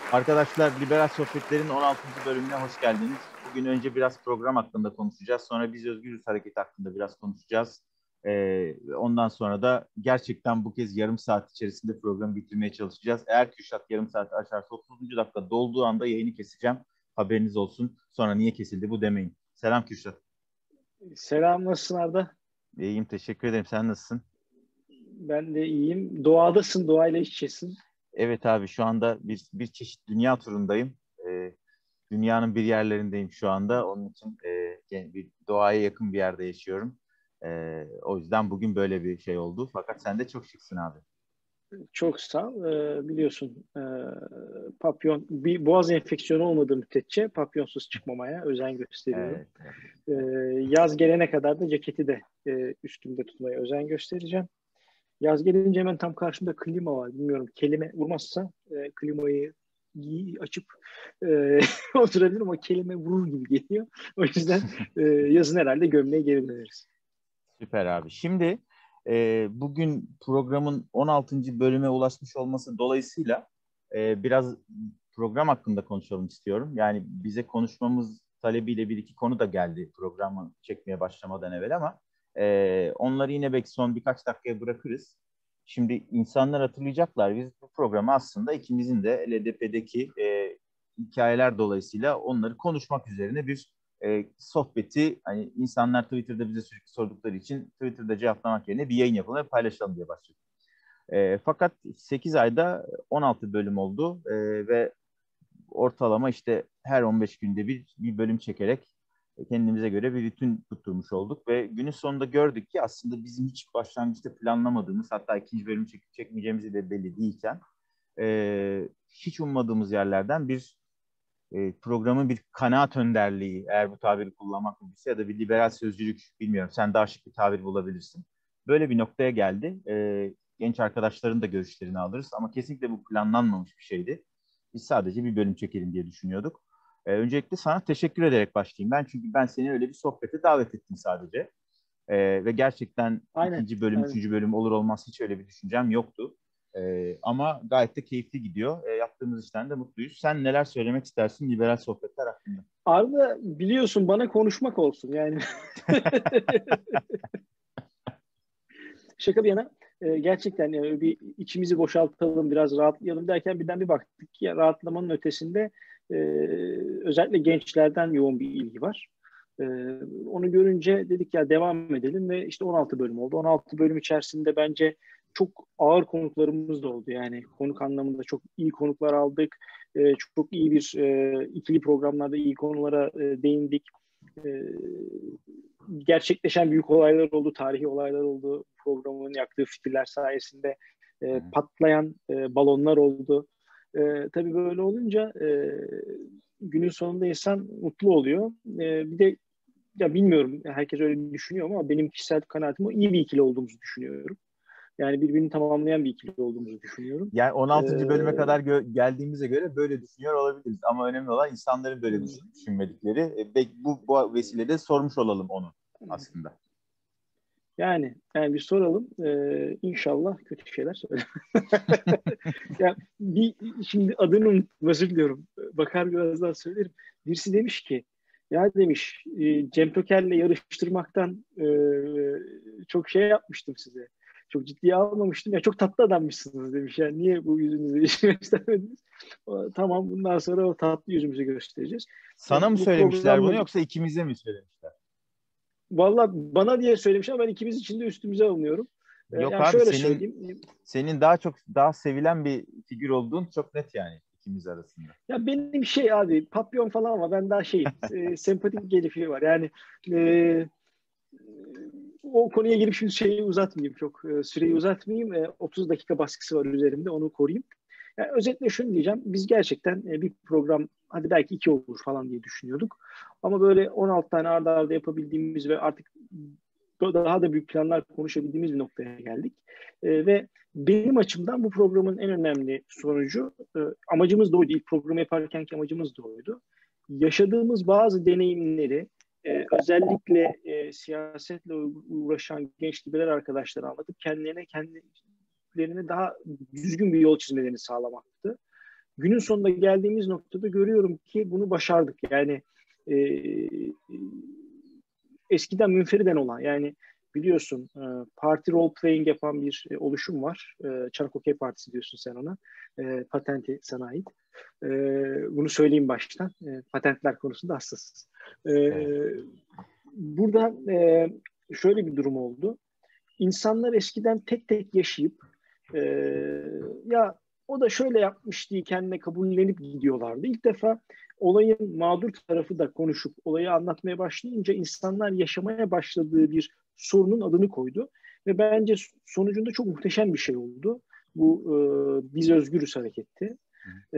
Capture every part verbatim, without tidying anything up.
Arkadaşlar, Liberal Sohbetler'in on altıncı bölümüne hoş geldiniz. Bugün önce biraz program hakkında konuşacağız. Sonra Biz Özgürüz Hareketi hakkında biraz konuşacağız. Ee, ondan sonra da gerçekten bu kez yarım saat içerisinde programı bitirmeye çalışacağız. Eğer Kürşat yarım saati aşarsa otuzuncu dakika dolduğu anda yayını keseceğim. Haberiniz olsun. Sonra niye kesildi bu demeyin. Selam Kürşat. Selam, nasılsın Arda? İyiyim, teşekkür ederim. Sen nasılsın? Ben de iyiyim. Doğadasın, doğayla iç içesin. Evet abi, şu anda bir, bir çeşit dünya turundayım. Ee, Dünyanın bir yerlerindeyim şu anda. Onun için e, bir doğaya yakın bir yerde yaşıyorum. E, o yüzden bugün böyle bir şey oldu. Fakat sen de çok şıksın abi. Çok sağ ol. Ee, biliyorsun e, papyon, bir boğaz enfeksiyonu olmadığı müddetçe papyonsuz çıkmamaya özen gösteriyorum. Evet, evet. Ee, yaz gelene kadar da ceketi de e, üstümde tutmaya özen göstereceğim. Yaz gelince hemen tam karşımda klima var. Bilmiyorum, kelime vurmazsa e, klimayı açıp e, oturabilirim ama kelime vurur gibi geliyor. O yüzden e, yazın herhalde gömleğe geri döneriz. Süper abi. Şimdi e, bugün programın on altıncı bölüme ulaşmış olması dolayısıyla e, biraz program hakkında konuşalım istiyorum. Yani bize konuşmamız talebiyle bir iki konu da geldi programı çekmeye başlamadan evvel ama e, onları yine belki son birkaç dakikaya bırakırız. Şimdi insanlar hatırlayacaklar. Biz bu programı aslında ikimizin de L D P'deki e, hikayeler dolayısıyla onları konuşmak üzerine bir e, sohbeti, hani insanlar Twitter'da bize sürekli sordukları için Twitter'da cevaplamak yerine bir yayın yapalım ve paylaşalım diye başladık. E, fakat sekiz ayda on altı bölüm oldu e, ve ortalama işte her on beş günde bir bir bölüm çekerek kendimize göre bir rutin tutturmuş olduk ve günün sonunda gördük ki aslında bizim hiç başlangıçta planlamadığımız, hatta ikinci bölüm çekip çekmeyeceğimizi de belli değilken e, hiç ummadığımız yerlerden bir e, programın bir kanaat önderliği, eğer bu tabiri kullanmak mümkünse, ya da bir liberal sözcülük, bilmiyorum, sen daha şık bir tabir bulabilirsin. Böyle bir noktaya geldi. E, genç arkadaşların da görüşlerini alırız ama kesinlikle bu planlanmamış bir şeydi. Biz sadece bir bölüm çekelim diye düşünüyorduk. E, öncelikle sana teşekkür ederek başlayayım ben. Çünkü ben seni öyle bir sohbete davet ettim sadece. E, ve gerçekten Aynen. ikinci bölüm, Aynen. üçüncü bölüm olur olmaz hiç öyle bir düşüncem yoktu. Ee, ama gayet de keyifli gidiyor. Ee, yaptığımız işten de mutluyuz. Sen neler söylemek istersin liberal sohbetler hakkında? Arda, biliyorsun bana konuşmak olsun yani. Şaka bir yana e, gerçekten yani bir içimizi boşaltalım, biraz rahatlayalım derken birden bir baktık ki ya, rahatlamanın ötesinde e, özellikle gençlerden yoğun bir ilgi var. E, onu görünce dedik ya devam edelim ve işte on altı bölüm oldu. on altı bölüm içerisinde bence çok ağır konuklarımız da oldu. Yani konuk anlamında çok iyi konuklar aldık. E, çok iyi bir e, ikili programlarda iyi konulara e, değindik. E, gerçekleşen büyük olaylar oldu, tarihi olaylar oldu. Programın yaktığı fikirler sayesinde e, patlayan e, balonlar oldu. E, tabii böyle olunca e, günün sonunda insan mutlu oluyor. E, bir de ya bilmiyorum, herkes öyle düşünüyor ama benim kişisel kanaatim o, iyi bir ikili olduğumuzu düşünüyorum. Yani birbirini tamamlayan bir ikili olduğumuzu düşünüyorum. Yani on E, altıncı bölüme kadar gö- geldiğimize göre böyle düşünüyor olabiliriz. Ama önemli olan insanların böyle düşünüp düşünmedikleri. E, belki bu, bu vesileyle sormuş olalım onu aslında. Yani, yani bir soralım. Ee, inşallah kötü şeyler söyler. Ya bir, şimdi adını unuttum, özür diliyorum. Bakar biraz daha söylerim. Birisi demiş ki, ya demiş, e, Cem Toker'le yarıştırmaktan e, çok şey yapmıştım size. Çok ciddiye almamıştım. Ya çok tatlı adammışsınız demiş. Yani niye bu yüzünüzü işe göstermediniz? O, tamam, bundan sonra o tatlı yüzümüzü göstereceğiz. E, Sana mı bu söylemişler bunu programda yoksa ikimize mi söylemişler? valla bana diye söylemiş ama ben ikimiz için de üstümüze alınıyorum. Ee, Yok yani abi, şöyle senin söyleyeyim. senin daha çok daha sevilen bir figür olduğun çok net yani ikimiz arasında. Ya benim şey abi, papyon falan ama ben daha şey e, sempatik gelişi var. Yani e, o konuya girip şimdi şeyi uzatmayayım, çok e, süreyi uzatmayayım. E, otuz dakika baskısı var üzerimde, onu koruyayım. Yani özetle şunu diyeceğim. Biz gerçekten e, bir program, hadi belki iki olur falan diye düşünüyorduk. Ama böyle on altı tane arda arda yapabildiğimiz ve artık daha da büyük planlar konuşabildiğimiz bir noktaya geldik. E, ve benim açımdan bu programın en önemli sonucu, e, amacımız da oydu. İlk programı yaparkenki amacımız da oydu. Yaşadığımız bazı deneyimleri e, özellikle e, siyasetle uğraşan genç liberal arkadaşlara anlatıp kendilerine kendilerine daha düzgün bir yol çizmelerini sağlamaktı. günün sonunda geldiğimiz noktada görüyorum ki bunu başardık. Yani e, eskiden münferiden olan, yani biliyorsun e, parti role playing yapan bir e, oluşum var. E, Çanak Okey Partisi diyorsun sen ona. E, patenti sana ait. E, bunu söyleyeyim baştan. E, patentler konusunda hassasız. E, Evet. burada e, şöyle bir durum oldu. İnsanlar eskiden tek tek yaşayıp e, ya o da şöyle yapmış diye kendine kabullenip gidiyorlardı. İlk defa olayın mağdur tarafı da konuşup olayı anlatmaya başlayınca insanlar yaşamaya başladığı bir sorunun adını koydu. Ve bence sonucunda çok muhteşem bir şey oldu. Bu e, Biz Özgürüz hareketi. E,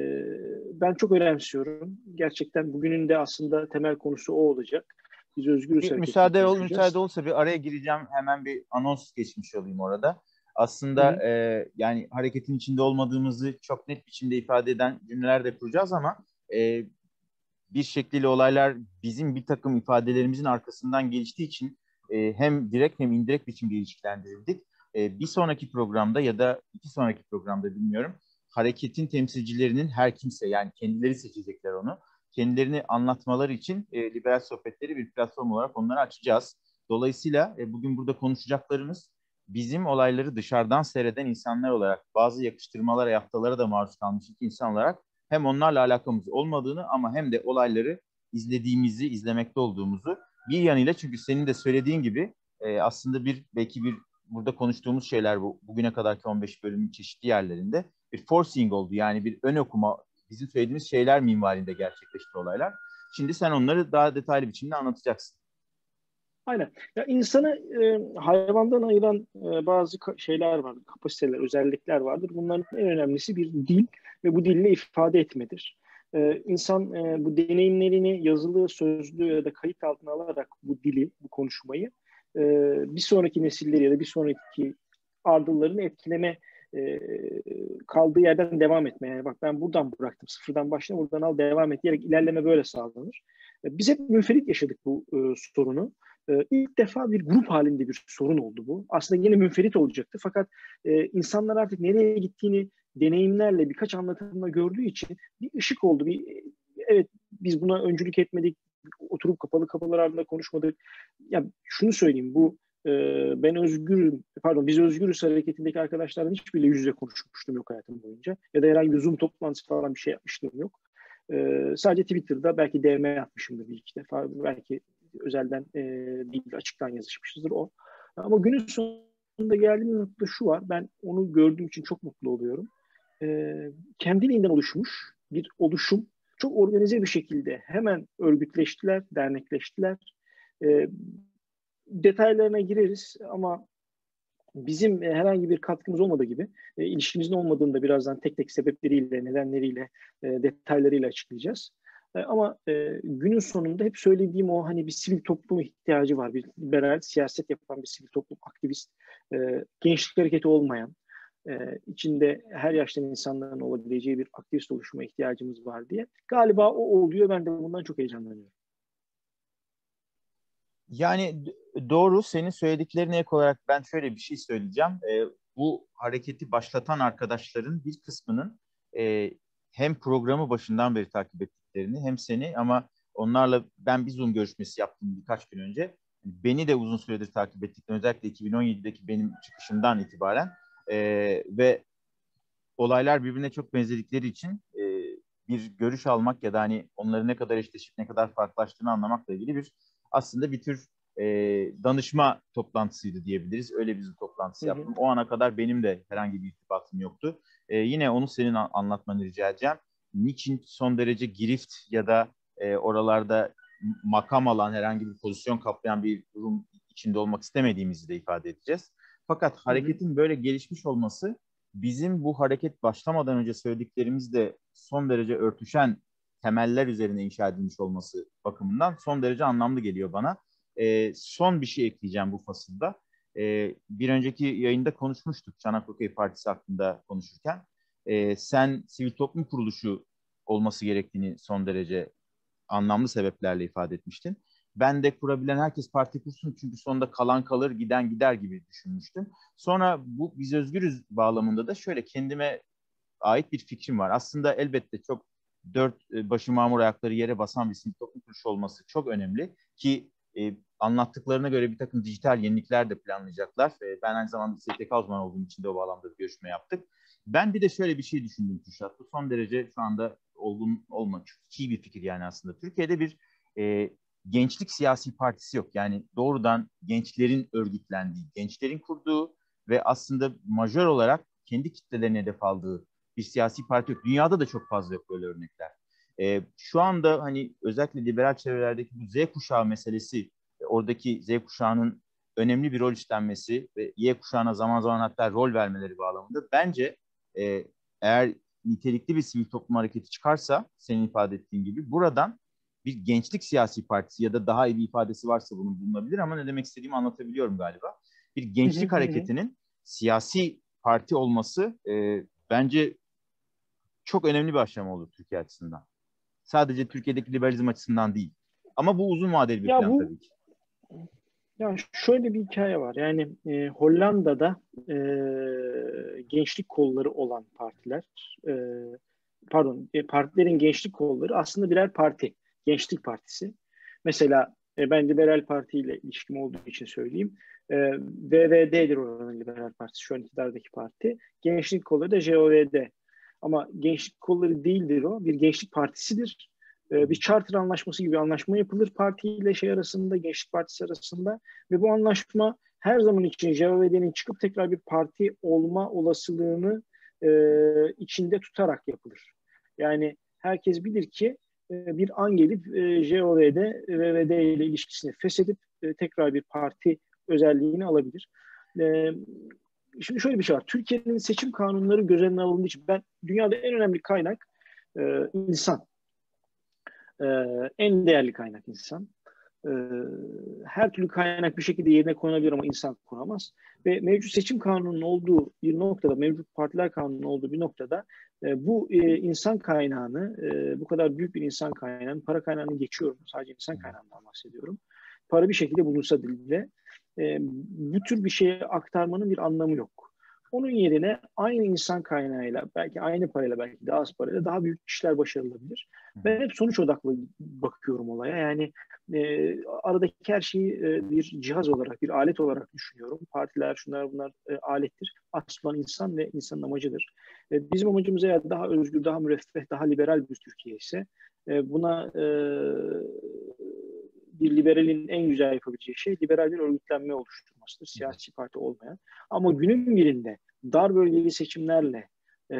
ben çok önemsiyorum. Gerçekten bugünün de aslında temel konusu o olacak. Biz Özgürüz Bir hareketini müsaade ol, müsaade konuşacağız. olursa bir araya gireceğim. Hemen bir anons geçmiş olayım orada. Hı Aslında hı. e, yani hareketin içinde olmadığımızı çok net biçimde ifade eden cümleler de kuracağız ama e, bir şekliyle olaylar bizim bir takım ifadelerimizin arkasından geliştiği için e, hem direkt hem indirekt biçimde ilişkilendirildik. E, bir sonraki programda ya da iki sonraki programda bilmiyorum, hareketin temsilcilerinin her kimse, yani kendileri seçecekler onu. Kendilerini anlatmaları için e, liberal sohbetleri bir platform olarak onları açacağız. Dolayısıyla e, bugün burada konuşacaklarımız bizim olayları dışarıdan seyreden insanlar olarak, bazı yakıştırmalara, yaftalara da maruz kalmış iki insan olarak hem onlarla alakamız olmadığını ama hem de olayları izlediğimizi, izlemekte olduğumuzu bir yanıyla, çünkü senin de söylediğin gibi e, aslında bir belki bir burada konuştuğumuz şeyler bu bugüne kadarki on beş bölümün çeşitli yerlerinde bir forcing oldu. Yani bir ön okuma, bizim söylediğimiz şeyler minvalinde gerçekleşti olaylar. Şimdi sen onları daha detaylı biçimde anlatacaksın. Aynen. Ya insanı e, hayvandan ayıran e, bazı ka- şeyler vardır, kapasiteler, özellikler vardır. Bunların en önemlisi bir dil ve bu dille ifade etmedir. E, insan e, bu deneyimlerini yazılı, sözlü ya da kayıt altına alarak bu dili, bu konuşmayı e, bir sonraki nesilleri ya da bir sonraki ardıllarını etkileme, e, kaldığı yerden devam etme. Yani bak ben buradan bıraktım, sıfırdan başla, buradan al, devam et diyerek ilerleme böyle sağlanır. E, biz hep münferit yaşadık bu e, sorunu. Ee, ilk defa bir grup halinde bir sorun oldu bu. Aslında yine münferit olacaktı fakat e, insanlar artık nereye gittiğini deneyimlerle, birkaç anlatımla gördüğü için bir ışık oldu. Bir, evet, biz buna öncülük etmedik, oturup kapalı kapılar ardında konuşmadık. Ya şunu söyleyeyim, bu e, ben özgürüm, pardon biz özgürüz hareketindeki arkadaşlarla hiçbiriyle yüz yüze konuşmuştum yok hayatım boyunca. Ya da herhangi bir Zoom toplantısı falan bir şey yapmıştım yok. Ee, sadece Twitter'da belki D M atmışımdır bir iki defa. Belki özelden e, değil açıktan yazışmışızdır o. Ama günün sonunda geldiğimiz noktada şu var. Ben onu gördüğüm için çok mutlu oluyorum. Ee, kendiliğinden oluşmuş bir oluşum. Çok organize bir şekilde hemen örgütleştiler, dernekleştiler. Ee, detaylarına gireriz ama bizim e, herhangi bir katkımız olmadığı gibi e, ilişkimizin olmadığını da birazdan tek tek sebepleriyle, nedenleriyle, e, detaylarıyla açıklayacağız. E, ama e, günün sonunda hep söylediğim o hani bir sivil toplum ihtiyacı var. Bir liberal siyaset yapan bir sivil toplum aktivist, e, gençlik hareketi olmayan, e, içinde her yaştan insanların olabileceği bir aktivist oluşuma ihtiyacımız var diye. Galiba o oluyor. Ben de bundan çok heyecanlanıyorum. Yani doğru, senin söylediklerine ek olarak ben şöyle bir şey söyleyeceğim. E, bu hareketi başlatan arkadaşların bir kısmının e, hem programı başından beri takip ettiklerini hem seni, ama onlarla ben bir Zoom görüşmesi yaptım birkaç gün önce. Beni de uzun süredir takip ettiklerini, özellikle iki bin on yedideki benim çıkışımdan itibaren e, ve olaylar birbirine çok benzedikleri için e, bir görüş almak ya da hani onların ne kadar eşleşip ne kadar farklılaştığını anlamakla ilgili bir aslında bir tür e, danışma toplantısıydı diyebiliriz. Öyle bir toplantısı Hı hı. yaptım. O ana kadar benim de herhangi bir irtibatım yoktu. E, yine onu senin anlatmanı rica edeceğim. Niçin son derece girift ya da e, oralarda makam alan, herhangi bir pozisyon kaplayan bir durum içinde olmak istemediğimizi de ifade edeceğiz. Fakat Hı hı. hareketin böyle gelişmiş olması bizim bu hareket başlamadan önce söylediklerimizle son derece örtüşen temeller üzerine inşa edilmiş olması bakımından son derece anlamlı geliyor bana. E, son bir şey ekleyeceğim bu fasılda. E, bir önceki yayında konuşmuştuk Çanak Okey Partisi hakkında konuşurken. E, sen sivil toplum kuruluşu olması gerektiğini son derece anlamlı sebeplerle ifade etmiştin. Ben de kurabilen herkes parti kursun çünkü sonunda kalan kalır, giden gider gibi düşünmüştüm. Sonra bu Biz Özgürüz bağlamında da şöyle kendime ait bir fikrim var. Aslında elbette çok dört başı mamur ayakları yere basan bir sivil toplum kuruluşu olması çok önemli ki e, anlattıklarına göre bir takım dijital yenilikler de planlayacaklar. E, ben aynı zamanda S T K uzmanı olduğum için de o bağlamda bir görüşme yaptık. Ben bir de şöyle bir şey düşündüm Kürşat. Bu son derece şu anda olgun olma, çok iyi bir fikir yani aslında. Türkiye'de bir e, gençlik siyasi partisi yok. Yani doğrudan gençlerin örgütlendiği, gençlerin kurduğu ve aslında majör olarak kendi kitlelerine hedef aldığı bir siyasi parti yok. Dünyada da çok fazla yok böyle örnekler. E, şu anda hani özellikle liberal çevrelerdeki bu Z kuşağı meselesi, e, oradaki Z kuşağının önemli bir rol üstlenmesi ve Y kuşağına zaman zaman hatta rol vermeleri bağlamında bence e, eğer nitelikli bir sivil toplum hareketi çıkarsa senin ifade ettiğin gibi buradan bir gençlik siyasi partisi ya da daha iyi bir ifadesi varsa bunun bulunabilir ama ne demek istediğimi anlatabiliyorum galiba. Bir gençlik hareketinin siyasi parti olması e, bence çok önemli bir aşama olur Türkiye açısından. Sadece Türkiye'deki liberalizm açısından değil. Ama bu uzun vadeli bir Ya plan bu tabii ki. Ya şöyle bir hikaye var. Yani e, Hollanda'da e, gençlik kolları olan partiler, e, pardon, e, partilerin gençlik kolları aslında birer parti. Gençlik Partisi. Mesela e, ben Liberal Parti ile ilişkim olduğu için söyleyeyim. E, V V D'dir oranın Liberal Partisi. Şu an iktidardaki parti. Gençlik kolları da J O V D. Ama gençlik kolları değildir o. Bir gençlik partisidir. Bir charter anlaşması gibi bir anlaşma yapılır partiyle şey arasında, Gençlik Partisi arasında ve bu anlaşma her zaman için J O V D'nin çıkıp tekrar bir parti olma olasılığını e, içinde tutarak yapılır. Yani herkes bilir ki e, bir an gelip e, J O V D, V V D ile ilişkisini feshedip e, tekrar bir parti özelliğini alabilir. E, şimdi şöyle bir şey var. Türkiye'nin seçim kanunları göz önüne alındığı için ben dünyada en önemli kaynak e, insan. Ee, en değerli kaynak insan. Ee, her türlü kaynak bir şekilde yerine konabilir ama insan konamaz. Ve mevcut seçim kanununun olduğu bir noktada, mevcut partiler kanununun olduğu bir noktada e, bu e, insan kaynağını, e, bu kadar büyük bir insan kaynağını, para kaynağını geçiyorum. Sadece insan kaynağından bahsediyorum. Para bir şekilde bulunsa bile e, bu tür bir şeye aktarmanın bir anlamı yok. Onun yerine aynı insan kaynağıyla, belki aynı parayla, belki daha az parayla daha büyük işler başarılabilir. Ben hep sonuç odaklı bakıyorum olaya. Yani e, aradaki her şeyi e, bir cihaz olarak, bir alet olarak düşünüyorum. Partiler, şunlar bunlar e, alettir. Asıl olan insan ve insanın amacıdır. E, bizim amacımız eğer daha özgür, daha müreffeh, daha liberal bir Türkiye ise e, buna e, bir liberalin en güzel yapabileceği şey liberal bir örgütlenme oluşturmasıdır. Siyasi parti olmayan. Ama günün birinde dar bölgeli seçimlerle e,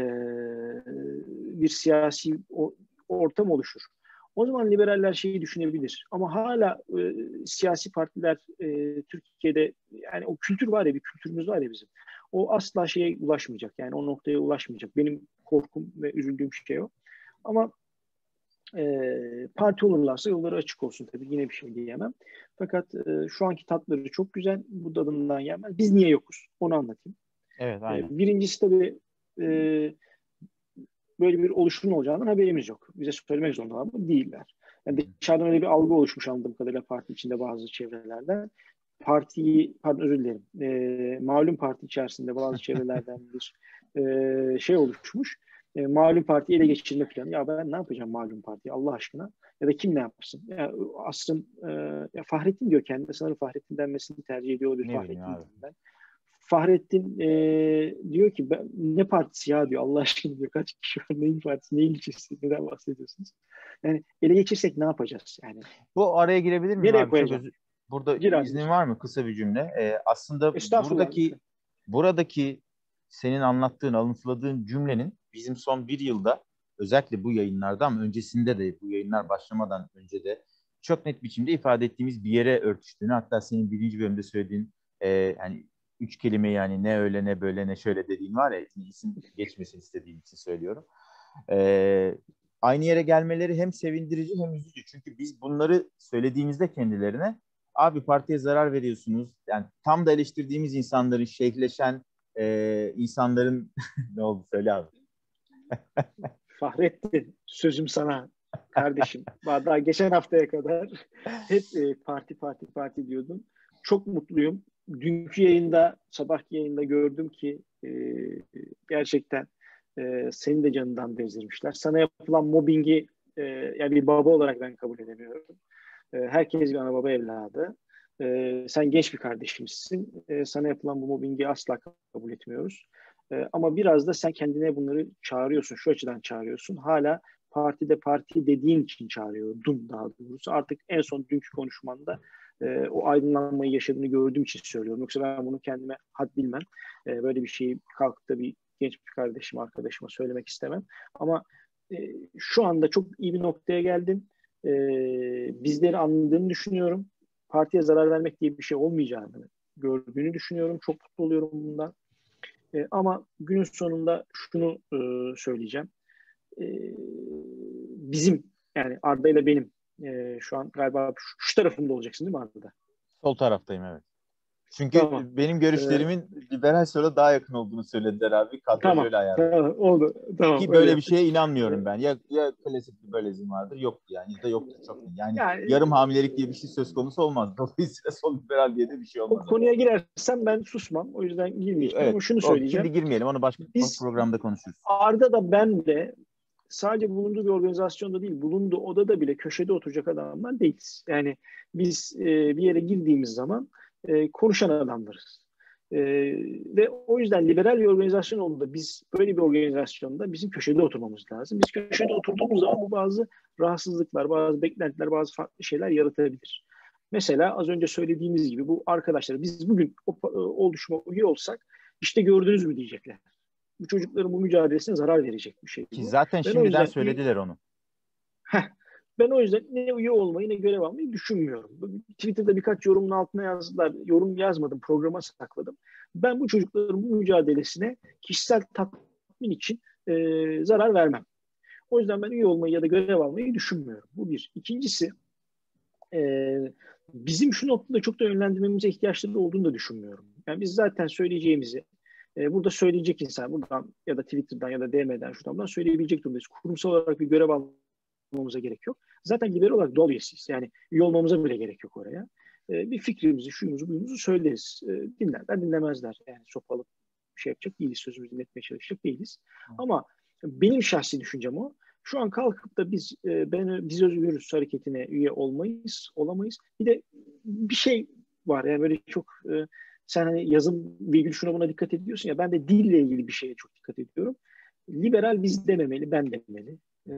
bir siyasi o, ortam oluşur. O zaman liberaller şeyi düşünebilir. Ama hala e, siyasi partiler e, Türkiye'de yani o kültür var ya, bir kültürümüz var ya bizim. O asla şeye ulaşmayacak. Yani o noktaya ulaşmayacak. Benim korkum ve üzüldüğüm şey o. Ama e, parti olurlarsa yolları açık olsun tabii. Yine bir şey diyemem. Fakat e, şu anki tatları çok güzel. Bu tadından yenmez. Biz niye yokuz? Onu anlatayım. Evet, aynen. E, birincisi tabii e, böyle bir oluşumun olacağından haberimiz yok. Bize söylemek zorundalar mı? Değiller. Yani dışarıdan öyle bir algı oluşmuş anladığım kadarıyla parti içinde bazı çevrelerden. Partiyi, pardon özür dilerim, e, malum parti içerisinde bazı çevrelerden bir e, şey oluşmuş. E, malum partiyi ele geçirme planı. Ya ben ne yapacağım malum partiyi Allah aşkına? Ya da kim ne yapsın? Ya, aslım e, ya Fahrettin diyor kendine. Sanırım Fahrettin denmesini tercih ediyor olabilir. Ne Fahrettin abi? ben. Fahrettin e, diyor ki ben, ne partisi ya diyor Allah aşkına diyor kaç kişi var neyin partisi neyin ilçesi neden bahsediyorsunuz? Yani ele geçirsek ne yapacağız yani? Bu araya girebilir miyim Nereye abi? Çok koyacağım? özür. Burada Gir abi. iznin var mı? Kısa bir cümle. Ee, aslında Estağfurullah abi. buradaki buradaki senin anlattığın, alıntıladığın cümlenin bizim son bir yılda özellikle bu yayınlarda ama öncesinde de bu yayınlar başlamadan önce de çok net biçimde ifade ettiğimiz bir yere örtüştüğünü, hatta senin birinci bölümde söylediğin e, yani üç kelime yani ne öyle ne böyle ne şöyle dediğin var ya, isim geçmesini istediğim için söylüyorum. E, aynı yere gelmeleri hem sevindirici hem üzücü. Çünkü biz bunları söylediğimizde kendilerine abi partiye zarar veriyorsunuz. Yani tam da eleştirdiğimiz insanların, şeyhleşen e, insanların ne oldu söyle abi. Fahrettin sözüm sana kardeşim. Daha geçen haftaya kadar hep e, parti parti parti diyordum. Çok mutluyum. Dünkü yayında, sabahki yayında gördüm ki e, gerçekten E, seni de canından bezdirmişler. Sana yapılan mobbingi e, yani bir baba olarak ben kabul edemiyorum. E, herkes bir ana baba evladı. E, sen genç bir kardeşimsin. E, sana yapılan bu mobbingi asla kabul etmiyoruz. E, ama biraz da sen kendine bunları çağırıyorsun. Şu açıdan çağırıyorsun. Hala partide parti dediğin için çağırıyordun daha doğrusu. Artık en son dünkü konuşmanda e, o aydınlanmayı yaşadığını gördüğüm için söylüyorum. Yoksa ben bunu kendime had bilmem. E, böyle bir şeyi kalkıp da bir genç bir kardeşim, arkadaşıma söylemek istemem. Ama e, şu anda çok iyi bir noktaya geldim. E, bizleri anladığını düşünüyorum. Partiye zarar vermek diye bir şey olmayacağını gördüğünü düşünüyorum. Çok mutlu oluyorum bundan. E, ama günün sonunda şunu e, söyleyeceğim. E, bizim yani Arda ile benim e, şu an galiba şu, şu tarafımda olacaksın değil mi Arda? Sol taraftayım, evet. Çünkü Tamam. benim görüşlerimin ee, liberal sola daha yakın olduğunu söylediler abi. Kadrajı tamam, öyle ayarladı. Tamam, oldu. Tamam, ki böyle öyle. bir şeye inanmıyorum ben. Ya, ya klasik liberalizm vardır, yoktu yani. Ya da yoktur çok. Yani, yani yarım hamilelik diye bir şey söz konusu olmaz. Dolayısıyla sol liberal diye de bir şey olmaz. O konuya girersem ben susmam. O yüzden girmeyeceğim. Evet, Ama şunu o, söyleyeceğim. Şimdi girmeyelim. Onu başka bir programda konuşuruz. Arda da ben de sadece bulunduğu bir organizasyonda değil, bulunduğu odada bile köşede oturacak adamlar değiliz. Yani biz e, bir yere girdiğimiz zaman e, konuşan adamlarız. E, ve o yüzden liberal bir organizasyon olduğunda biz böyle bir organizasyonda bizim köşede oturmamız lazım. Biz köşede oturduğumuz zaman bu bazı rahatsızlıklar, bazı beklentiler, bazı farklı şeyler yaratabilir. Mesela az önce söylediğimiz gibi bu arkadaşlar biz bugün o, o oluşuma üye olsak işte gördünüz mü diyecekler. Bu çocukların bu mücadelesine zarar verecek bir şey. Ki bu. zaten ben şimdiden yüzden, söylediler onu. Heh, ben o yüzden ne üye olmayı ne görev almayı düşünmüyorum. Twitter'da birkaç yorumun altına yazdılar. Yorum yazmadım, programa sakladım. Ben bu çocukların bu mücadelesine kişisel tatmin için e, zarar vermem. O yüzden ben üye olmayı ya da görev almayı düşünmüyorum. Bu bir. İkincisi e, bizim şu noktada çok da yönlendirmemize ihtiyaçları olduğunu da düşünmüyorum. Yani biz zaten söyleyeceğimizi e, burada söyleyecek insan buradan ya da Twitter'dan ya da D M'den şuradan buradan söyleyebilecek durumdayız. Kurumsal olarak bir görev almamıza gerek yok. Zaten liberal olarak doğal üyesiyiz. Yani üye olmamıza bile gerek yok oraya. E, bir fikrimizi, şuyumuzu, buyumuzu söyleriz. E, dinlerler, dinlemezler. Yani sopalıp bir şey yapacak değiliz. Sözümüzü dinletmeye çalışacak değiliz. Ama benim şahsi düşüncem o. Şu an kalkıp da biz e, ben biz özgürüz hareketine üye olmayız, olamayız. Bir de bir şey var yani böyle çok e, sen hani yazım virgül şuna buna dikkat ediyorsun ya ben de dille ilgili bir şeye çok dikkat ediyorum. Liberal biz dememeli, ben demeli. E,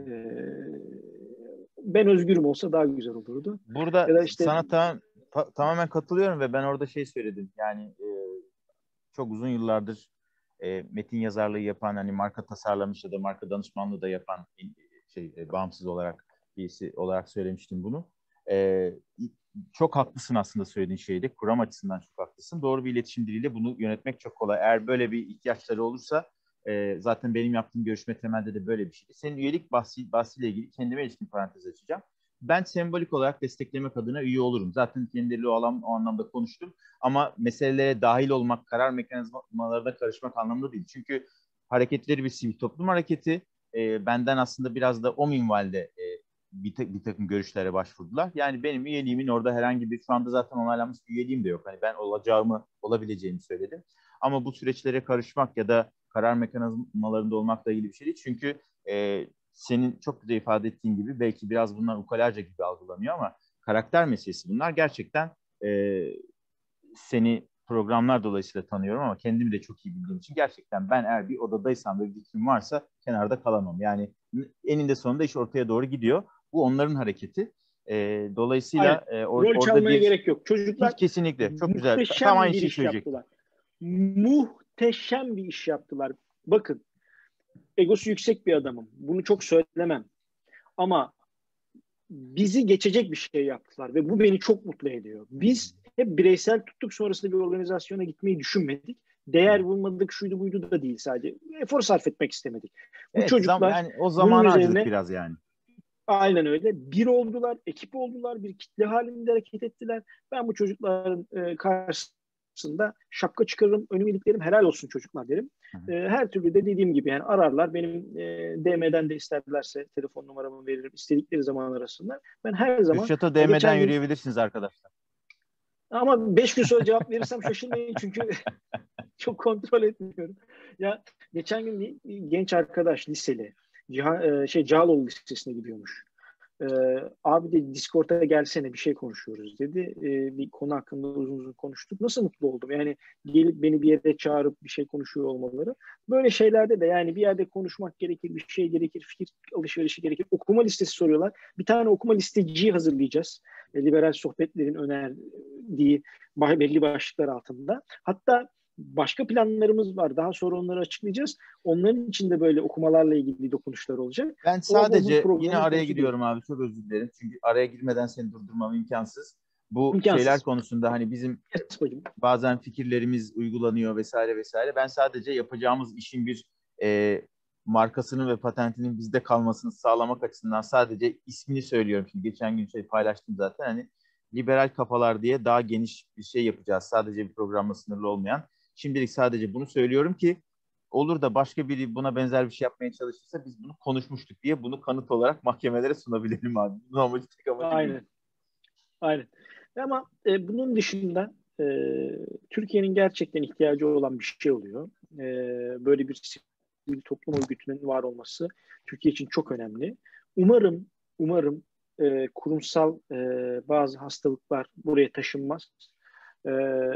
ben özgürüm olsa daha güzel olurdu. Burada ya da işte, sana tam, ta, tamamen katılıyorum ve ben orada şey söyledim. Yani e, çok uzun yıllardır e, metin yazarlığı yapan, hani marka tasarlamış ya da marka danışmanlığı da yapan şey e, bağımsız olarak birisi olarak söylemiştim bunu. E, çok haklısın aslında söylediğin şeyde. Kuram açısından çok haklısın. Doğru bir iletişim diliyle bunu yönetmek çok kolay. Eğer böyle bir ihtiyaçları olursa e, zaten benim yaptığım görüşme temelde de böyle bir şeydi. Senin üyelik bahsi, bahsiyle ilgili kendime ilişkin parantez açacağım. Ben sembolik olarak desteklemek adına üye olurum. Zaten kendileriyle o, alan, o anlamda konuştum. Ama meselelere dahil olmak, karar mekanizmalarına karışmak anlamında değil. Çünkü hareketleri bir sivil toplum hareketi. E, benden aslında biraz da o minvalde e, bir, ta- bir takım görüşlere başvurdular. Yani benim üyeliğimin orada herhangi bir, şu anda zaten onaylanmış bir üyeliğim de yok. Hani ben olacağımı, olabileceğimi söyledim. Ama bu süreçlere karışmak ya da karar mekanizmalarında olmakla ilgili bir şey değil. Çünkü e, senin çok güzel ifade ettiğin gibi belki biraz bunlar ukalaca gibi algılanıyor ama karakter meselesi bunlar. Gerçekten e, seni programlar dolayısıyla tanıyorum ama kendimi de çok iyi bildiğim için gerçekten ben eğer bir odadaysam ve bir fikrim varsa kenarda kalamam. Yani eninde sonunda iş ortaya doğru gidiyor. Bu onların hareketi. E, dolayısıyla e, or, rol orada çalmaya bir gerek yok. Çocuklar hiç kesinlikle çok güzel. muhteşem Tam aynı bir şeyi iş söyleyecektim. yaptılar. Muhteşem bir iş yaptılar. Bakın, egosu yüksek bir adamım. Bunu çok söylemem. Ama bizi geçecek bir şey yaptılar ve bu beni çok mutlu ediyor. Biz hep bireysel tuttuk, sonrasında bir organizasyona gitmeyi düşünmedik. Değer bulmadık, şuydu buydu da değil sadece. Efor sarf etmek istemedik. Bu Evet, çocuklar zam, yani o bunun zamanı harcadık üzerine biraz yani. aynen öyle. Bir oldular, ekip oldular, bir kitle halinde hareket ettiler. Ben bu çocukların e, karşısında şapka çıkarırım, önümü iliklerim, helal olsun çocuklar derim. Hı hı. E, her türlü de dediğim gibi yani ararlar. Benim e, D M'den de isterlerse telefon numaramı veririm. İstedikleri zaman arasınlar. Ben her zaman Kürşat'a e, D M'den geçen gün yürüyebilirsiniz arkadaşlar. Ama beş gün sonra cevap verirsem şaşırmayın çünkü çok kontrol etmiyorum. Ya geçen gün bir genç arkadaş liseli, Cihan, şey Cağaloğlu Lisesi'ne gidiyormuş. Ee, abi de Discord'a gelsene bir şey konuşuyoruz dedi. Ee, bir konu hakkında uzun uzun konuştuk. Nasıl mutlu oldum. Yani gelip beni bir yere çağırıp bir şey konuşuyor olmaları. Böyle şeylerde de yani bir yerde konuşmak gerekir, bir şey gerekir, fikir alışverişi gerekir. Okuma listesi soruyorlar. Bir tane okuma listeciyi hazırlayacağız. E, liberal sohbetlerin önerdiği belli başlıklar altında. Hatta başka planlarımız var. Daha sonra onları açıklayacağız. Onların içinde böyle okumalarla ilgili dokunuşlar olacak. Ben sadece yine araya gidiyorum abi. Çok özür dilerim. Çünkü araya girmeden seni durdurmam imkansız. Bu İmkansız. şeyler konusunda hani bizim bazen fikirlerimiz uygulanıyor vesaire vesaire. Ben sadece yapacağımız işin bir e, markasının ve patentinin bizde kalmasını sağlamak açısından sadece ismini söylüyorum. Şimdi geçen gün şey paylaştım zaten. Hani liberal kafalar diye daha geniş bir şey yapacağız. Sadece bir programla sınırlı olmayan. Şimdilik sadece bunu söylüyorum ki olur da başka biri buna benzer bir şey yapmaya çalışırsa biz bunu konuşmuştuk diye bunu kanıt olarak mahkemelere sunabilelim abi. Bunun amacı tek amacı. Aynen. Aynen. Ama e, bunun dışında e, Türkiye'nin gerçekten ihtiyacı olan bir şey oluyor. E, böyle bir sivil toplum örgütünün var olması Türkiye için çok önemli. Umarım, umarım e, kurumsal e, bazı hastalıklar buraya taşınmaz. E,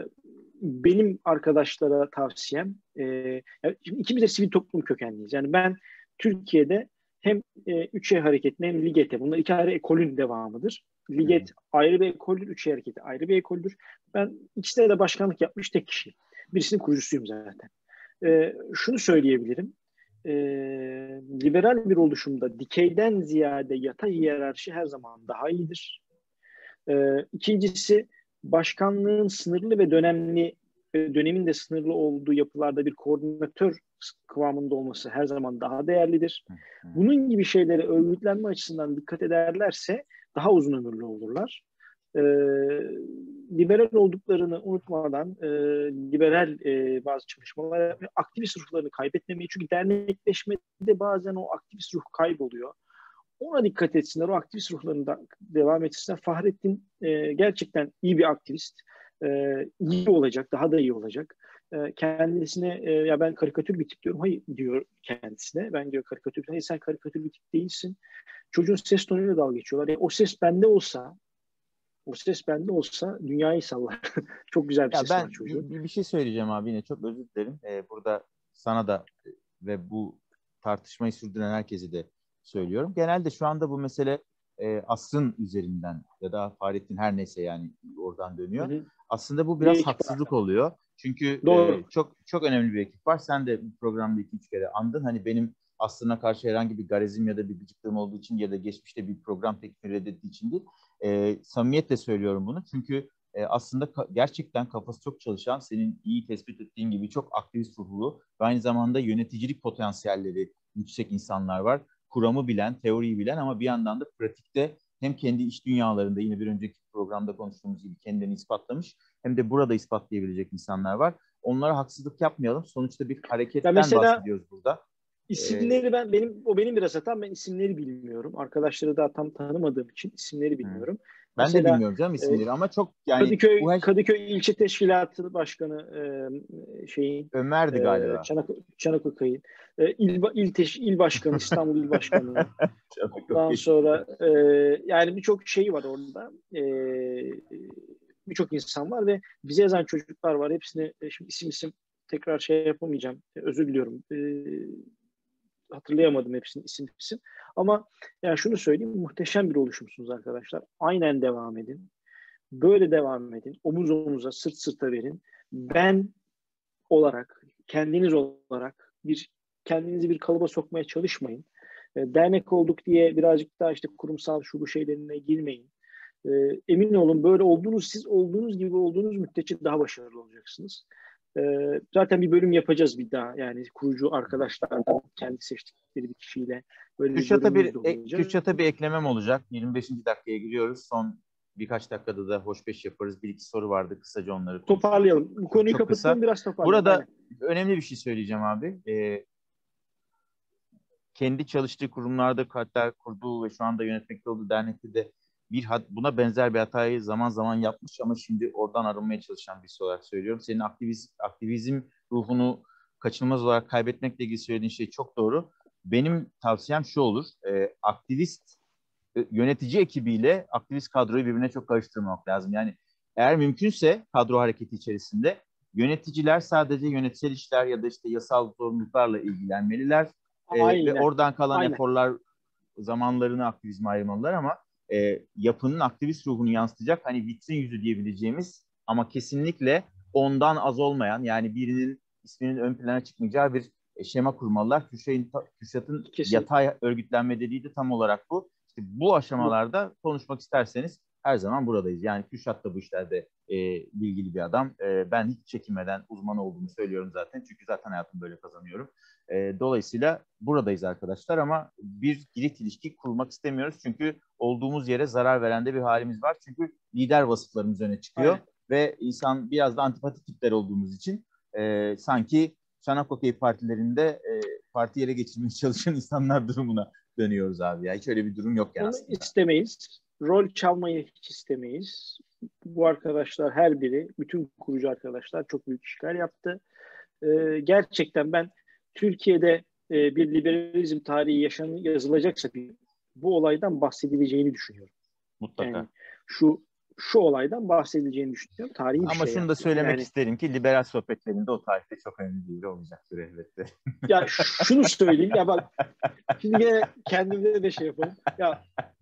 benim arkadaşlara tavsiyem, e, yani ikimiz de sivil toplum kökenliyiz. Yani ben Türkiye'de hem e, üç E hareketine hem Liget'e, bunlar iki ayrı ekolün devamıdır. Liget ayrı bir ekoldür, üç E hareketi ayrı bir ekoldür. Ben ikisine de başkanlık yapmış tek kişiyim. Birisinin kurucusuyum zaten. E, şunu söyleyebilirim. E, liberal bir oluşumda dikeyden ziyade yatay hiyerarşi her zaman daha iyidir. E, ikincisi başkanlığın sınırlı ve dönemli dönemin de sınırlı olduğu yapılarda bir koordinatör kıvamında olması her zaman daha değerlidir. Bunun gibi şeylere örgütlenme açısından dikkat ederlerse daha uzun ömürlü olurlar. E, liberal olduklarını unutmadan e, liberal e, bazı çalışmalar yapmayı, aktivist ruhlarını kaybetmemeyi. Çünkü dernekleşmede bazen o aktivist ruh kayboluyor. Ona dikkat etsinler. O aktivist ruhlarında devam etsinler. Fahrettin e, gerçekten iyi bir aktivist. E, iyi olacak, daha da iyi olacak. E, kendisine e, ya ben karikatür bir tip diyorum. Hayır diyor kendisine. Ben diyor karikatür. Hayır sen karikatür bir tip değilsin. Çocuğun ses tonuyla dalga geçiyorlar. Yani o ses bende olsa o ses bende olsa dünyayı sallar. Çok güzel bir ya ses ben var çocuğun. bir, bir şey söyleyeceğim abi yine çok özür dilerim. Ee, burada sana da ve bu tartışmayı sürdüren herkese de söylüyorum. Genelde şu anda bu mesele e, asrın üzerinden ya da Fahrettin her neyse yani oradan dönüyor. Hı hı. Aslında bu biraz haksızlık var. Oluyor. Çünkü e, çok çok önemli bir ekip var. Sen de bu programda iki üç kere andın. Hani benim aslına karşı herhangi bir garezim ya da bir gıcıklığım olduğu için ya da geçmişte bir program teklifini reddettiği için değil. E, samimiyetle söylüyorum bunu. Çünkü e, aslında ka- gerçekten kafası çok çalışan, senin iyi tespit ettiğin gibi çok aktivist ruhlu ve aynı zamanda yöneticilik potansiyelleri yüksek insanlar var. Kuramı bilen, teoriyi bilen ama bir yandan da pratikte hem kendi iş dünyalarında yine bir önceki programda konuştuğumuz gibi kendini ispatlamış hem de burada ispatlayabilecek insanlar var. Onlara haksızlık yapmayalım. Sonuçta bir hareketten mesela, bahsediyoruz burada. İsimleri ben benim o benim biraz hatam, ben isimleri bilmiyorum. Arkadaşları da tam tanımadığım için isimleri bilmiyorum. Hmm. Ben mesela, de bilmiyorum canım isimleri e, ama çok yani Kadıköy her... Kadıköy İlçe Teşkilatı Başkanı e, şeyin Ömer'di e, galiba. Çanak Çanakkale'nin e, il il, teş, il başkanı İstanbul İl Başkanı. Ondan sonra e, yani birçok şey var orada. E, birçok insan var ve bize yazan çocuklar var. Hepsine e, şimdi isim isim tekrar şey yapamayacağım. E, özür diliyorum. E, hatırlayamadım hepsini isim isim. Ama yani şunu söyleyeyim, muhteşem bir oluşumsunuz arkadaşlar. Aynen devam edin. Böyle devam edin. Omuz omuza, sırt sırta verin. Ben olarak, kendiniz olarak bir kendinizi bir kalıba sokmaya çalışmayın. E, dernek olduk diye birazcık daha işte kurumsal şu bu şeylerine girmeyin. E, emin olun böyle olduğunuz, siz olduğunuz gibi olduğunuz müddetçe daha başarılı olacaksınız. Ee, zaten bir bölüm yapacağız bir daha. Yani kurucu arkadaşlardan kendi seçtikleri bir kişiyle böyle Kürşat'a bir, bir Kürşat'a bir eklemem olacak. yirmi beşinci dakikaya giriyoruz. Son birkaç dakikada da hoş beş yaparız. Bir iki soru vardı. Kısaca onları konuşalım. Toparlayalım. Bu konuyu çok kapatalım, biraz toparlayalım. Burada aynen. Önemli bir şey söyleyeceğim abi. Ee, kendi çalıştığı kurumlarda hatta kurduğu ve şu anda yönetmekte olduğu dernekte de bir buna benzer bir hatayı zaman zaman yapmış ama şimdi oradan arınmaya çalışan birisi olarak söylüyorum. Senin aktivizm, aktivizm ruhunu kaçınılmaz olarak kaybetmekle ilgili söylediğin şey çok doğru. Benim tavsiyem şu olur. E, aktivist e, yönetici ekibiyle aktivist kadroyu birbirine çok karıştırmamak lazım. Yani eğer mümkünse kadro hareketi içerisinde yöneticiler sadece yönetsel işler ya da işte yasal sorumluluklarla ilgilenmeliler. E, ve Aynen. oradan kalan Aynen. eforlar zamanlarını aktivizme ayırmalılar ama e, yapının aktivist ruhunu yansıtacak hani vitrin yüzü diyebileceğimiz ama kesinlikle ondan az olmayan yani birinin isminin ön plana çıkmayacağı bir e, şema kurmalılar. Kürşat'ın, Kürşat'ın yatay örgütlenme dediği de tam olarak bu. İşte bu aşamalarda konuşmak isterseniz her zaman buradayız. Yani Kürşat da bu işlerde e, bilgili bir adam. E, ben hiç çekinmeden uzman olduğumu söylüyorum zaten. Çünkü zaten hayatımı böyle kazanıyorum. E, dolayısıyla buradayız arkadaşlar ama bir girit ilişki kurmak istemiyoruz. Çünkü olduğumuz yere zarar veren de bir halimiz var. Çünkü lider vasıflarımız öne çıkıyor. Aynen. Ve insan biraz da antipatik tipler olduğumuz için e, sanki çanak okey partilerinde e, parti yere geçirmeye çalışan insanlar durumuna dönüyoruz abi. Ya. Hiç öyle bir durum yok yani Onu aslında. istemeyiz. Rol çalmayı hiç istemeyiz. Bu arkadaşlar her biri, bütün kurucu arkadaşlar çok büyük işler yaptı. Ee, gerçekten ben Türkiye'de e, bir liberalizm tarihi yaşan, yazılacaksa bir, bu olaydan bahsedileceğini düşünüyorum. Mutlaka. Yani şu şu olaydan bahsedileceğini düşünüyorum. Tarihi Ama bir şey şunu da söylemek yani, isterim ki liberal sohbetlerinde o tarihte çok önemli değil olacaktır elbette. Ya şunu söyleyeyim ya bak şimdi yine kendimde de şey yapalım. Ya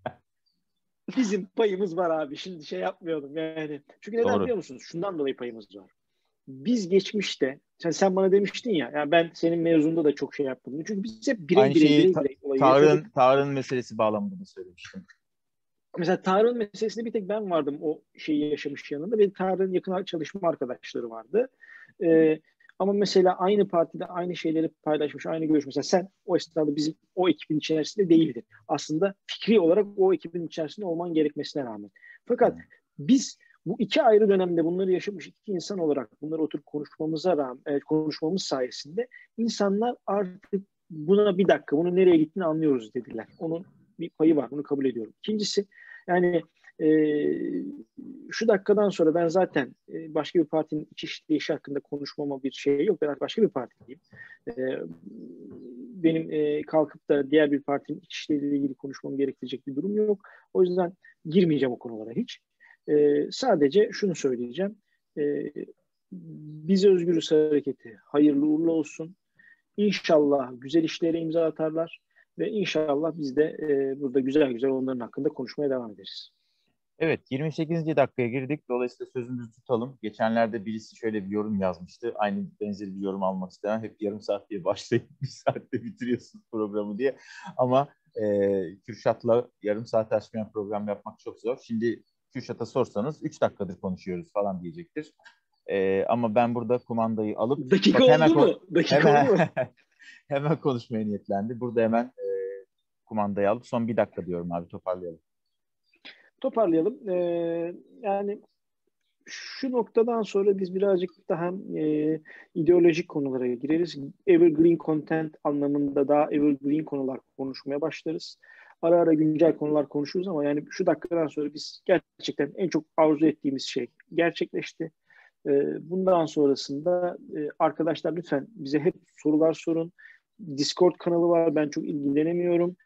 bizim payımız var abi. Şimdi şey yapmayalım yani. Çünkü neden Doğru. biliyor musunuz? Şundan dolayı payımız var. Biz geçmişte sen, sen bana demiştin ya, ya ben senin mezunda da çok şey yaptım. Çünkü biz hep birey Aynı birey şeyi birey ta- birey olayı Tarık'ın, yaşadık. Tarık'ın meselesi bağlamında da söylemiştim. Mesela Tarık'ın meselesinde bir tek ben vardım o şeyi yaşamış yanında. Benim Tarık'ın yakın çalışma arkadaşları vardı. Ee, ama mesela aynı partide aynı şeyleri paylaşmış, aynı görüş. Mesela sen o esnada bizim o ekibin içerisinde değildin. Aslında fikri olarak o ekibin içerisinde olman gerekmesine rağmen. Fakat hmm. biz bu iki ayrı dönemde bunları yaşamış iki insan olarak bunları oturup konuşmamıza rağmen, konuşmamız sayesinde insanlar artık buna bir dakika, bunun nereye gittiğini anlıyoruz dediler. Onun bir payı var, bunu kabul ediyorum. İkincisi, yani e, şu dakikadan sonra ben zaten e, başka bir partinin iç işleyişi hakkında konuşmama bir şey yok. Ben başka bir partiyim. E, benim e, kalkıp da diğer bir partinin iç işleriyle ilgili konuşmam gerektirecek bir durum yok. O yüzden girmeyeceğim o konulara hiç. E, sadece şunu söyleyeceğim. E, Biz Özgürüz Hareketi hayırlı uğurlu olsun. İnşallah güzel işlere imza atarlar. Ve inşallah biz de e, burada güzel güzel onların hakkında konuşmaya devam ederiz. Evet, yirmi sekizinci dakikaya girdik. Dolayısıyla sözümüzü tutalım. Geçenlerde birisi şöyle bir yorum yazmıştı. Aynı benzer bir yorum almak istemem. Hep yarım saat diye başlayıp bir saatte bitiriyorsun programı diye. Ama e, Kürşat'la yarım saat aşmayan program yapmak çok zor. Şimdi Kürşat'a sorsanız üç dakikadır konuşuyoruz falan diyecektir. E, ama ben burada kumandayı alıp... Dakika bak, hemen, oldu mu? Dakika hemen, oldu mu? hemen konuşmaya niyetlendi. Burada hemen e, kumandayı alıp son bir dakika diyorum abi, toparlayalım. Toparlayalım. Ee, yani şu noktadan sonra biz birazcık daha e, ideolojik konulara gireriz. Evergreen content anlamında daha evergreen konular konuşmaya başlarız. Ara ara güncel konular konuşuruz ama yani şu dakikadan sonra biz gerçekten en çok arzu ettiğimiz şey gerçekleşti. Bundan sonrasında arkadaşlar lütfen bize hep sorular sorun. Discord kanalı var. Ben çok ilgilenemiyorum.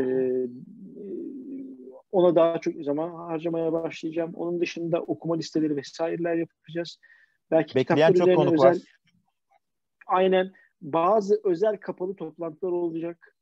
Ona daha çok zaman harcamaya başlayacağım. Onun dışında okuma listeleri vesaireler yapacağız. Belki Bekleyen kitaplar çok üzerine konuk özel, var. aynen bazı özel kapalı toplantılar olacak.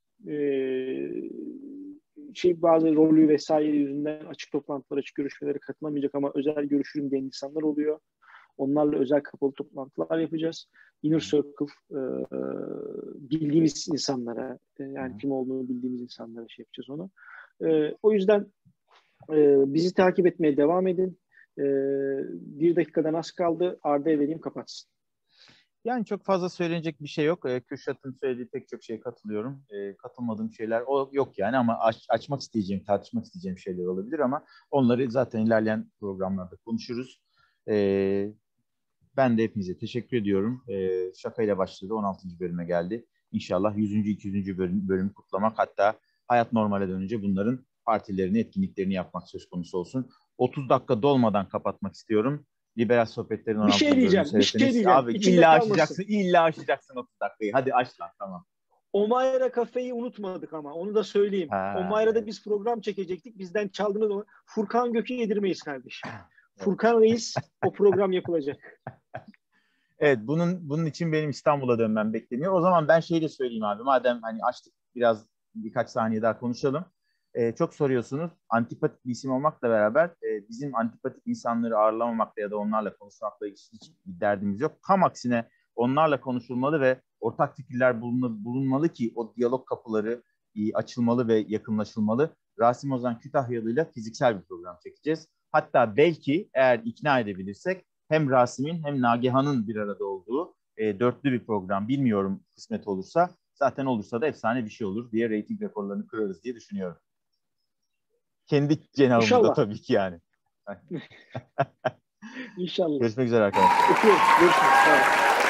Şey bazı rolü vesaire yüzünden açık toplantılar, açık görüşmelere katılamayacak ama özel görüşürüm diyen insanlar oluyor. Onlarla özel kapalı toplantılar yapacağız. Inner Circle e, bildiğimiz insanlara e, yani kim olduğunu bildiğimiz insanlara şey yapacağız onu. E, o yüzden e, bizi takip etmeye devam edin. E, bir dakikadan az kaldı. Arda'ya vereyim, kapatsın. Yani çok fazla söylenecek bir şey yok. E, Kürşat'ın söylediği pek çok şeye katılıyorum. E, katılmadığım şeyler o yok yani ama aç, açmak isteyeceğim, tartışmak isteyeceğim şeyler olabilir ama onları zaten ilerleyen programlarda konuşuruz. E, ben de hepinize teşekkür ediyorum. E, şakayla başladı, on altıncı bölüme geldi. İnşallah yüzüncü. iki yüzüncü bölüm, bölümü kutlamak, hatta hayat normale dönünce bunların partilerini, etkinliklerini yapmak söz konusu olsun. otuz dakika dolmadan kapatmak istiyorum. Liberal Sohbetler'in on altıncı Bir şey diyeceğim, bir şey diyeceğim. Abi İçinde illa kalmasın. aşacaksın, illa aşacaksın otuz dakikayı. Hadi aç lan, tamam. Omayra Kafe'yi unutmadık ama onu da söyleyeyim. Ha, Omayra'da evet. biz program çekecektik. Bizden çaldığınız zaman Furkan Gök'ü yedirmeyiz kardeşim. Furkan Reis o program yapılacak. Evet, bunun bunun için benim İstanbul'a dönmem bekleniyor. O zaman ben şeyi de söyleyeyim abi. Madem hani açtık, biraz birkaç saniye daha konuşalım. Ee, çok soruyorsunuz. Antipatik bir isim olmakla beraber e, bizim antipatik insanları ağırlamamakla ya da onlarla konuşmakla hiç, hiç bir derdimiz yok. Tam aksine onlarla konuşulmalı ve ortak fikirler bulunmalı, bulunmalı ki o diyalog kapıları e, açılmalı ve yakınlaşılmalı. Rasim Ozan Kütahyalı'yla fiziksel bir program çekeceğiz. Hatta belki eğer ikna edebilirsek hem Rasim'in hem Nagihan'ın bir arada olduğu e, dörtlü bir program, bilmiyorum kısmet olursa. Zaten olursa da efsane bir şey olur diye reyting rekorlarını kırarız diye düşünüyorum. Kendi cenahımızda tabii ki yani. İnşallah. Görüşmek üzere arkadaşlar. Öpüyorum. Görüşmek üzere.